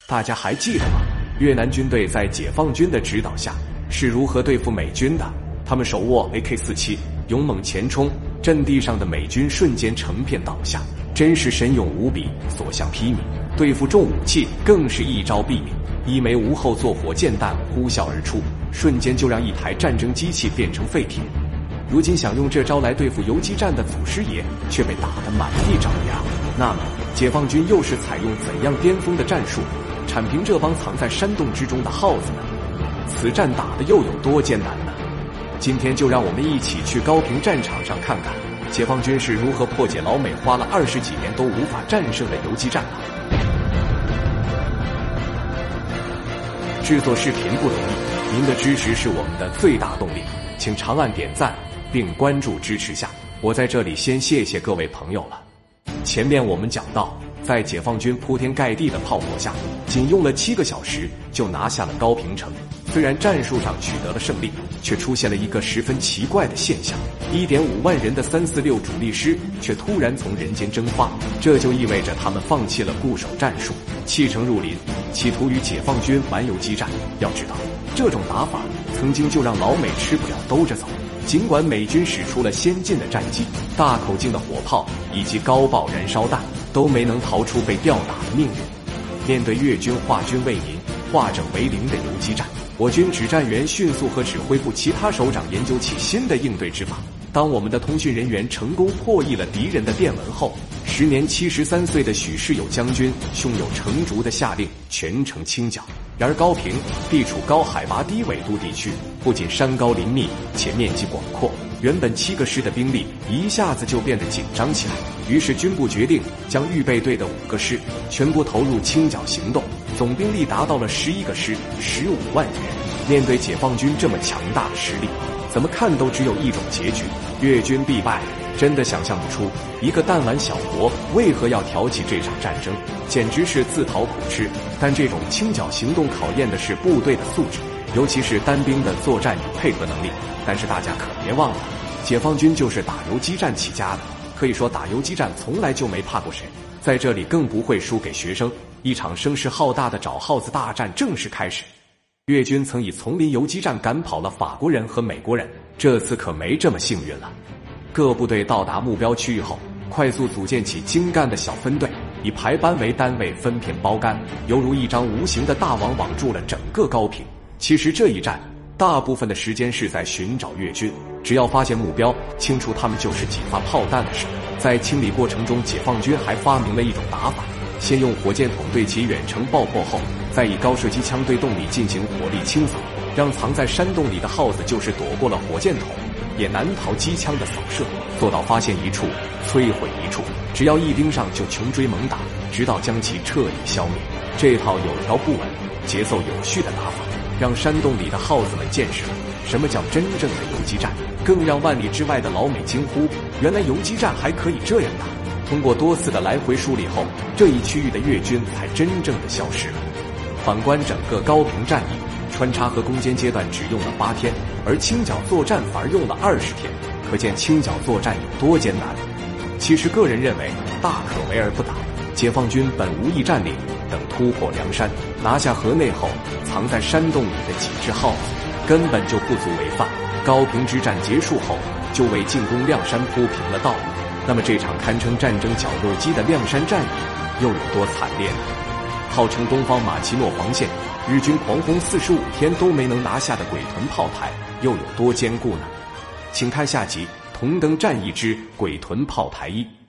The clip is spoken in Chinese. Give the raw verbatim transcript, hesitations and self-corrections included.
大家还记得吗？越南军队在解放军的指导下是如何对付美军的？他们手握 A K 四十七，勇猛前冲，阵地上的美军瞬间成片倒下，真是神勇无比，所向披靡。对付重武器更是一招毙命，一枚无后座火箭弹呼啸而出，瞬间就让一台战争机器变成废铁。如今想用这招来对付游击战的祖师爷，却被打得满地找牙。那么解放军又是采用怎样巅峰的战术铲平这帮藏在山洞之中的耗子呢？此战打得又有多艰难呢？今天就让我们一起去高平战场上看看解放军是如何破解老美花了二十几年都无法战胜的游击战吧。制作视频不容易，您的支持是我们的最大动力，请长按点赞并关注支持下。我在这里先谢谢各位朋友了。前面我们讲到，在解放军铺天盖地的炮火下，仅用了七个小时就拿下了高平城。虽然战术上取得了胜利，却出现了一个十分奇怪的现象： 一点五万人的三四六主力师却突然从人间蒸发，这就意味着他们放弃了固守战术，弃城入林，企图与解放军玩游击战。要知道，这种打法曾经就让老美吃不了兜着走。尽管美军使出了先进的战机、大口径的火炮以及高爆燃烧弹，都没能逃出被吊打的命运。面对越军化军为民、化整为零的游击战，我军指战员迅速和指挥部其他首长研究起新的应对之法。当我们的通讯人员成功破译了敌人的电文后，时年七十三岁的许世友将军胸有成竹地下令全城清剿。然而高平地处高海拔低纬度地区，不仅山高林密，且面积广阔，原本七个师的兵力一下子就变得紧张起来。于是军部决定将预备队的五个师全部投入清剿行动，总兵力达到了十一个师，十五万余人。面对解放军这么强大的实力，怎么看都只有一种结局：越军必败。真的想象不出，一个弹丸小国为何要挑起这场战争，简直是自讨苦吃。但这种清剿行动考验的是部队的素质，尤其是单兵的作战与配合能力。但是大家可别忘了，解放军就是打游击战起家的，可以说打游击战从来就没怕过谁，在这里更不会输给学生。一场声势浩大的找耗子大战正式开始。越军曾以丛林游击战赶跑了法国人和美国人，这次可没这么幸运了。各部队到达目标区域后，快速组建起精干的小分队，以排班为单位分片包干，犹如一张无形的大网网住了整个高平。其实这一战大部分的时间是在寻找越军，只要发现目标，清除他们就是几发炮弹的事。在清理过程中，解放军还发明了一种打法，先用火箭筒对其远程爆破后，再以高射机枪对洞里进行火力清扫，让藏在山洞里的耗子就是躲过了火箭筒，也难逃机枪的扫射，做到发现一处摧毁一处，只要一盯上就穷追猛打，直到将其彻底消灭。这套有条不紊、节奏有序的打法，让山洞里的耗子们见识了什么叫真正的游击战，更让万里之外的老美惊呼：原来游击战还可以这样打！通过多次的来回梳理后，这一区域的越军才真正的消失了。反观整个高平战役，穿插和攻坚阶段只用了八天，而清剿作战反而用了二十天，可见清剿作战有多艰难。其实个人认为，大可为而不打。解放军本无意占领，等突破梁山，拿下河内后，藏在山洞里的几只耗子根本就不足为犯。高平之战结束后，就为进攻亮山铺平了道路。那么这场堪称战争绞肉机的亮山战役又有多惨烈呢？号称东方马奇诺防线，日军狂轰四十五天都没能拿下的鬼屯炮台又有多坚固呢？请看下集《同登战役之鬼屯炮台一》。